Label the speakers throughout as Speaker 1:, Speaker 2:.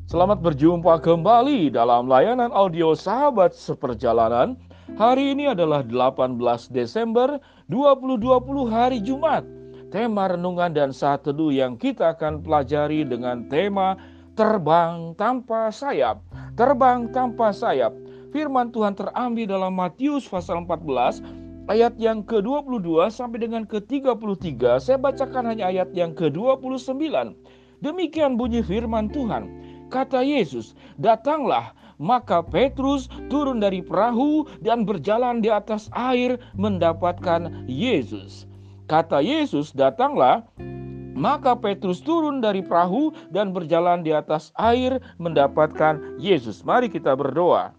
Speaker 1: Selamat berjumpa kembali dalam layanan audio Sahabat Seperjalanan. Hari ini adalah 18 Desember 2020 hari Jumat. Tema renungan dan saat teduh yang kita akan pelajari dengan tema Terbang Tanpa Sayap. Terbang Tanpa Sayap. Firman Tuhan terambil dalam Matius pasal 14 ayat yang ke-22 sampai dengan ke-33. Saya bacakan hanya ayat yang ke-29. Demikian bunyi firman Tuhan. Kata Yesus, "Datanglah." Maka Petrus turun dari perahu dan berjalan di atas air mendapatkan Yesus. Kata Yesus, "Datanglah." Maka Petrus turun dari perahu dan berjalan di atas air mendapatkan Yesus. Mari kita berdoa.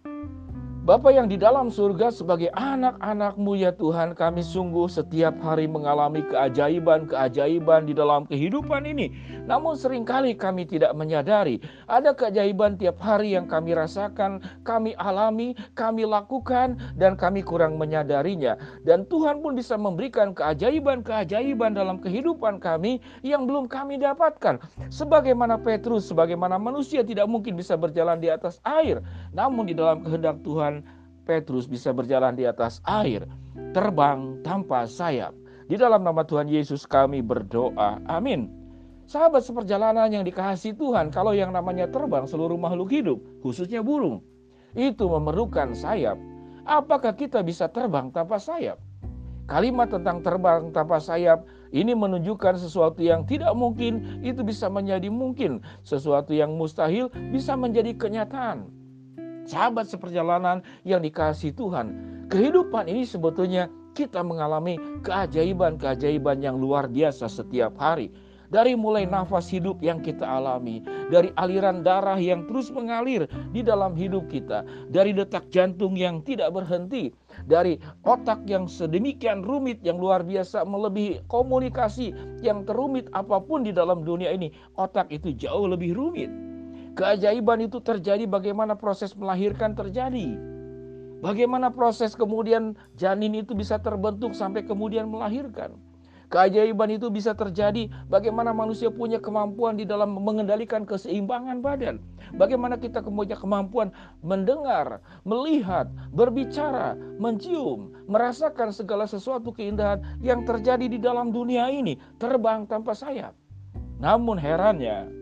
Speaker 1: Bapa yang di dalam surga, sebagai anak-anak-Mu ya Tuhan, kami sungguh setiap hari mengalami keajaiban-keajaiban di dalam kehidupan ini. Namun seringkali kami tidak menyadari ada keajaiban tiap hari yang kami rasakan, kami alami, kami lakukan, dan kami kurang menyadarinya. Dan Tuhan pun bisa memberikan keajaiban-keajaiban dalam kehidupan kami yang belum kami dapatkan. Sebagaimana Petrus, sebagaimana manusia tidak mungkin bisa berjalan di atas air, namun di dalam kehendak Tuhan, Petrus bisa berjalan di atas air, terbang tanpa sayap. Di dalam nama Tuhan Yesus kami berdoa. Amin. Sahabat seperjalanan yang dikasihi Tuhan, kalau yang namanya terbang, seluruh makhluk hidup, khususnya burung, itu memerlukan sayap. Apakah kita bisa terbang tanpa sayap? Kalimat tentang terbang tanpa sayap ini menunjukkan sesuatu yang tidak mungkin itu bisa menjadi mungkin, sesuatu yang mustahil bisa menjadi kenyataan. Sahabat seperjalanan yang dikasihi Tuhan, kehidupan ini sebetulnya kita mengalami keajaiban-keajaiban yang luar biasa setiap hari. Dari mulai nafas hidup yang kita alami, dari aliran darah yang terus mengalir di dalam hidup kita, dari detak jantung yang tidak berhenti, dari otak yang sedemikian rumit yang luar biasa melebihi komunikasi yang terumit apapun di dalam dunia ini, otak itu jauh lebih rumit. Keajaiban itu terjadi bagaimana proses melahirkan terjadi. Bagaimana proses kemudian janin itu bisa terbentuk sampai kemudian melahirkan. Keajaiban itu bisa terjadi bagaimana manusia punya kemampuan di dalam mengendalikan keseimbangan badan. Bagaimana kita punya kemampuan mendengar, melihat, berbicara, mencium, merasakan segala sesuatu keindahan yang terjadi di dalam dunia ini. Terbang tanpa sayap. Namun herannya,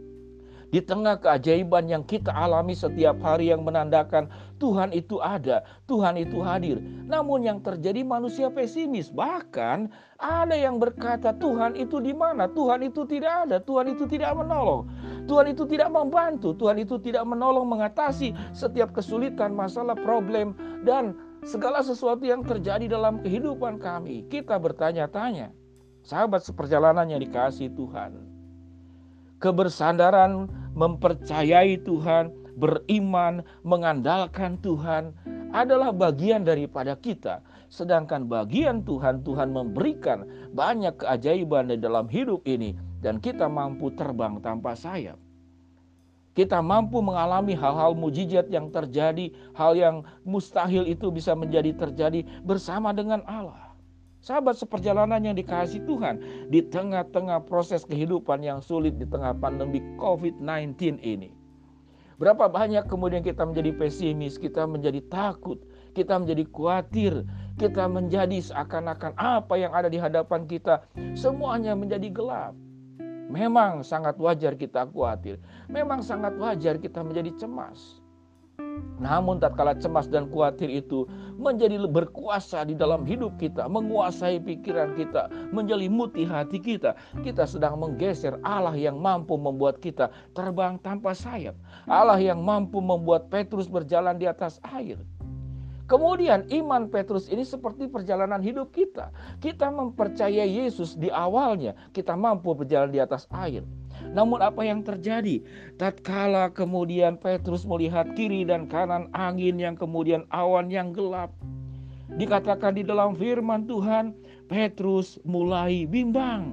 Speaker 1: di tengah keajaiban yang kita alami setiap hari yang menandakan Tuhan itu ada, Tuhan itu hadir. Namun yang terjadi manusia pesimis. Bahkan ada yang berkata Tuhan itu di mana? Tuhan itu tidak ada, Tuhan itu tidak menolong. Tuhan itu tidak membantu, Tuhan itu tidak menolong mengatasi setiap kesulitan, masalah, problem, dan segala sesuatu yang terjadi dalam kehidupan kami. Kita bertanya-tanya, sahabat seperjalanan yang dikasihi Tuhan. Kebersandaran, mempercayai Tuhan, beriman, mengandalkan Tuhan adalah bagian daripada kita. Sedangkan bagian Tuhan, Tuhan memberikan banyak keajaiban di dalam hidup ini. Dan kita mampu terbang tanpa sayap. Kita mampu mengalami hal-hal mujizat yang terjadi, hal yang mustahil itu bisa menjadi terjadi bersama dengan Allah. Sahabat seperjalanan yang dikasihi Tuhan, di tengah-tengah proses kehidupan yang sulit di tengah pandemi COVID-19 ini, berapa banyak kemudian kita menjadi pesimis, kita menjadi takut, kita menjadi khawatir, kita menjadi seakan-akan apa yang ada di hadapan kita semuanya menjadi gelap. Memang sangat wajar kita khawatir, memang sangat wajar kita menjadi cemas. Namun tatkala cemas dan khawatir itu menjadi berkuasa di dalam hidup kita, menguasai pikiran kita, menjelimuti hati kita, kita sedang menggeser Allah yang mampu membuat kita terbang tanpa sayap. Allah yang mampu membuat Petrus berjalan di atas air. Kemudian iman Petrus ini seperti perjalanan hidup kita. Kita mempercayai Yesus di awalnya, kita mampu berjalan di atas air. Namun apa yang terjadi? Tatkala kemudian Petrus melihat kiri dan kanan angin yang kemudian awan yang gelap. Dikatakan di dalam firman Tuhan, Petrus mulai bimbang,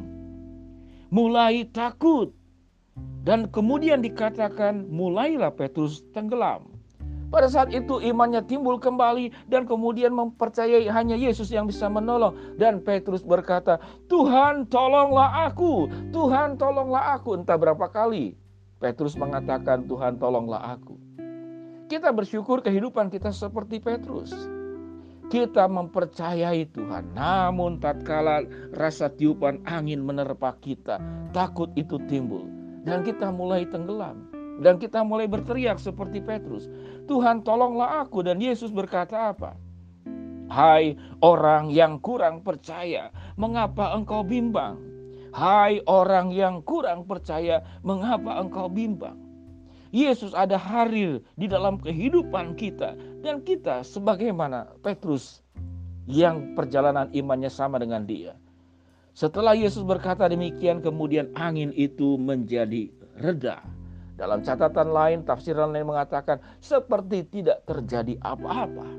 Speaker 1: mulai takut. Dan kemudian dikatakan mulailah Petrus tenggelam. Pada saat itu imannya timbul kembali dan kemudian mempercayai hanya Yesus yang bisa menolong. Dan Petrus berkata, Tuhan tolonglah aku, Tuhan tolonglah aku. Entah berapa kali Petrus mengatakan, Tuhan tolonglah aku. Kita bersyukur kehidupan kita seperti Petrus. Kita mempercayai Tuhan, namun tatkala rasa tiupan angin menerpa kita, takut itu timbul. Dan kita mulai tenggelam. Dan kita mulai berteriak seperti Petrus, Tuhan tolonglah aku. Dan Yesus berkata apa? Hai orang yang kurang percaya, mengapa engkau bimbang? Hai orang yang kurang percaya, mengapa engkau bimbang? Yesus ada hadir di dalam kehidupan kita. Dan kita sebagaimana Petrus yang perjalanan imannya sama dengan dia. Setelah Yesus berkata demikian, kemudian angin itu menjadi reda. Dalam catatan lain, tafsiran lain mengatakan seperti tidak terjadi apa-apa.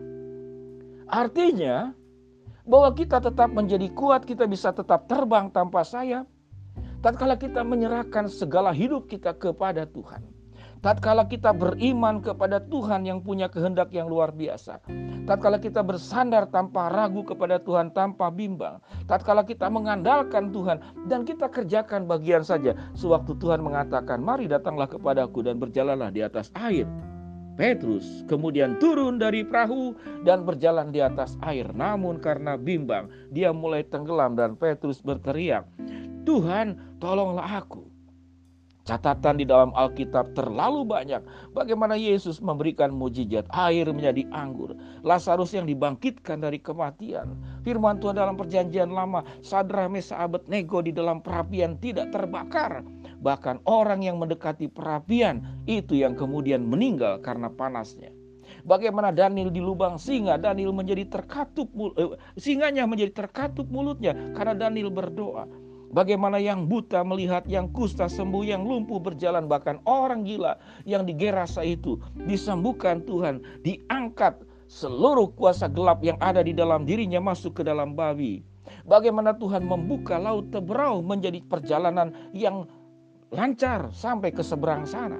Speaker 1: Artinya bahwa kita tetap menjadi kuat, kita bisa tetap terbang tanpa sayap. Tatkala kita menyerahkan segala hidup kita kepada Tuhan. Tatkala kita beriman kepada Tuhan yang punya kehendak yang luar biasa. Tatkala kita bersandar tanpa ragu kepada Tuhan, tanpa bimbang. Tatkala kita mengandalkan Tuhan dan kita kerjakan bagian saja. Sewaktu Tuhan mengatakan, mari datanglah kepadaku dan berjalanlah di atas air. Petrus kemudian turun dari perahu dan berjalan di atas air. Namun karena bimbang, dia mulai tenggelam dan Petrus berteriak, Tuhan tolonglah aku. Catatan di dalam Alkitab terlalu banyak bagaimana Yesus memberikan mujizat, air menjadi anggur, Lazarus yang dibangkitkan dari kematian. Firman Tuhan dalam perjanjian lama, Sadrak Mesak Abednego di dalam perapian tidak terbakar. Bahkan orang yang mendekati perapian itu yang kemudian meninggal karena panasnya. Bagaimana Daniel di lubang singa, Daniel menjadi terkatup, singanya menjadi terkatup mulutnya karena Daniel berdoa. Bagaimana yang buta melihat, yang kusta sembuh, yang lumpuh berjalan, bahkan orang gila yang di Gerasa itu disembuhkan Tuhan, diangkat seluruh kuasa gelap yang ada di dalam dirinya masuk ke dalam babi. Bagaimana Tuhan membuka laut Teberau menjadi perjalanan yang lancar sampai ke seberang sana.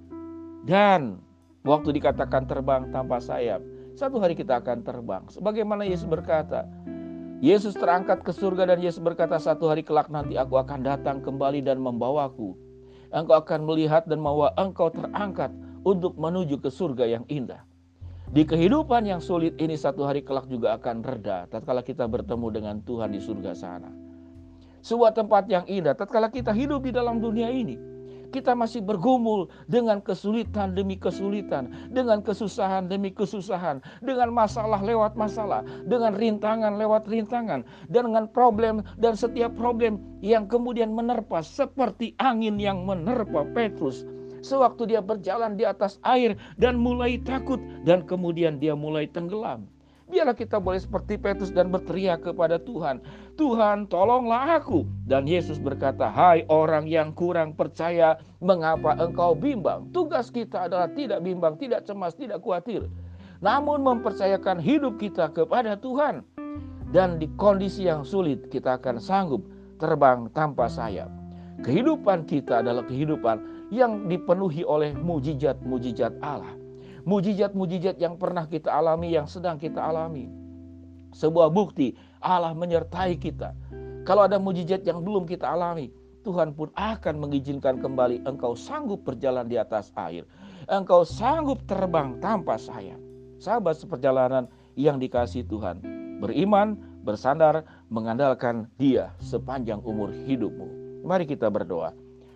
Speaker 1: Dan waktu dikatakan terbang tanpa sayap, satu hari kita akan terbang. Sebagaimana Yesus berkata, Yesus terangkat ke surga dan Yesus berkata, satu hari kelak nanti aku akan datang kembali dan membawaku. Engkau akan melihat dan bahwa engkau terangkat untuk menuju ke surga yang indah. Di kehidupan yang sulit ini satu hari kelak juga akan reda tatkala kita bertemu dengan Tuhan di surga sana. Sebuah tempat yang indah tatkala kita hidup di dalam dunia ini. Kita masih bergumul dengan kesulitan demi kesulitan, dengan kesusahan demi kesusahan, dengan masalah lewat masalah, dengan rintangan lewat rintangan, dengan problem dan setiap problem yang kemudian menerpa seperti angin yang menerpa Petrus. Sewaktu dia berjalan di atas air dan mulai takut dan kemudian dia mulai tenggelam. Biarlah kita boleh seperti Petrus dan berteriak kepada Tuhan, Tuhan tolonglah aku. Dan Yesus berkata, hai orang yang kurang percaya, mengapa engkau bimbang? Tugas kita adalah tidak bimbang, tidak cemas, tidak khawatir, namun mempercayakan hidup kita kepada Tuhan. Dan di kondisi yang sulit kita akan sanggup terbang tanpa sayap. Kehidupan kita adalah kehidupan yang dipenuhi oleh mujizat-mujizat Allah. Mujizat-mujizat yang pernah kita alami, yang sedang kita alami. Sebuah bukti Allah menyertai kita. Kalau ada mujizat yang belum kita alami, Tuhan pun akan mengizinkan kembali engkau sanggup berjalan di atas air. Engkau sanggup terbang tanpa sayap. Sahabat seperjalanan yang dikasihi Tuhan, beriman, bersandar, mengandalkan Dia sepanjang umur hidupmu. Mari kita berdoa.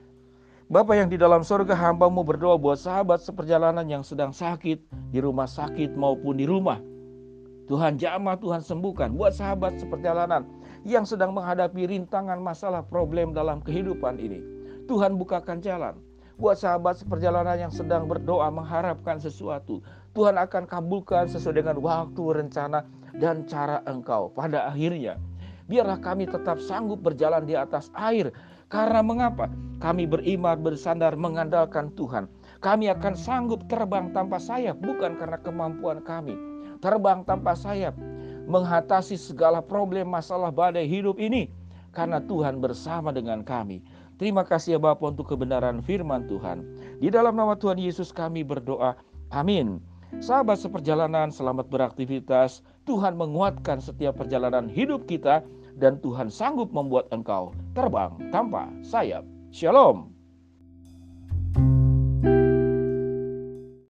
Speaker 1: Bapa yang di dalam surga, hamba-Mu berdoa buat sahabat seperjalanan yang sedang sakit, di rumah sakit maupun di rumah. Tuhan jamah, Tuhan sembuhkan. Buat sahabat seperjalanan yang sedang menghadapi rintangan, masalah, problem dalam kehidupan ini, Tuhan bukakan jalan. Buat sahabat seperjalanan yang sedang berdoa mengharapkan sesuatu, Tuhan akan kabulkan sesuai dengan waktu, rencana, dan cara Engkau. Pada akhirnya, biarlah kami tetap sanggup berjalan di atas air. Karena mengapa? Kami beriman, bersandar, mengandalkan Tuhan. Kami akan sanggup terbang tanpa sayap, bukan karena kemampuan kami. Terbang tanpa sayap, mengatasi segala problem, masalah, badai hidup ini, karena Tuhan bersama dengan kami. Terima kasih ya Bapa untuk kebenaran firman Tuhan. Di dalam nama Tuhan Yesus kami berdoa. Amin. Sahabat seperjalanan, selamat beraktivitas. Tuhan menguatkan setiap perjalanan hidup kita. Dan Tuhan sanggup membuat engkau terbang tanpa sayap. Shalom.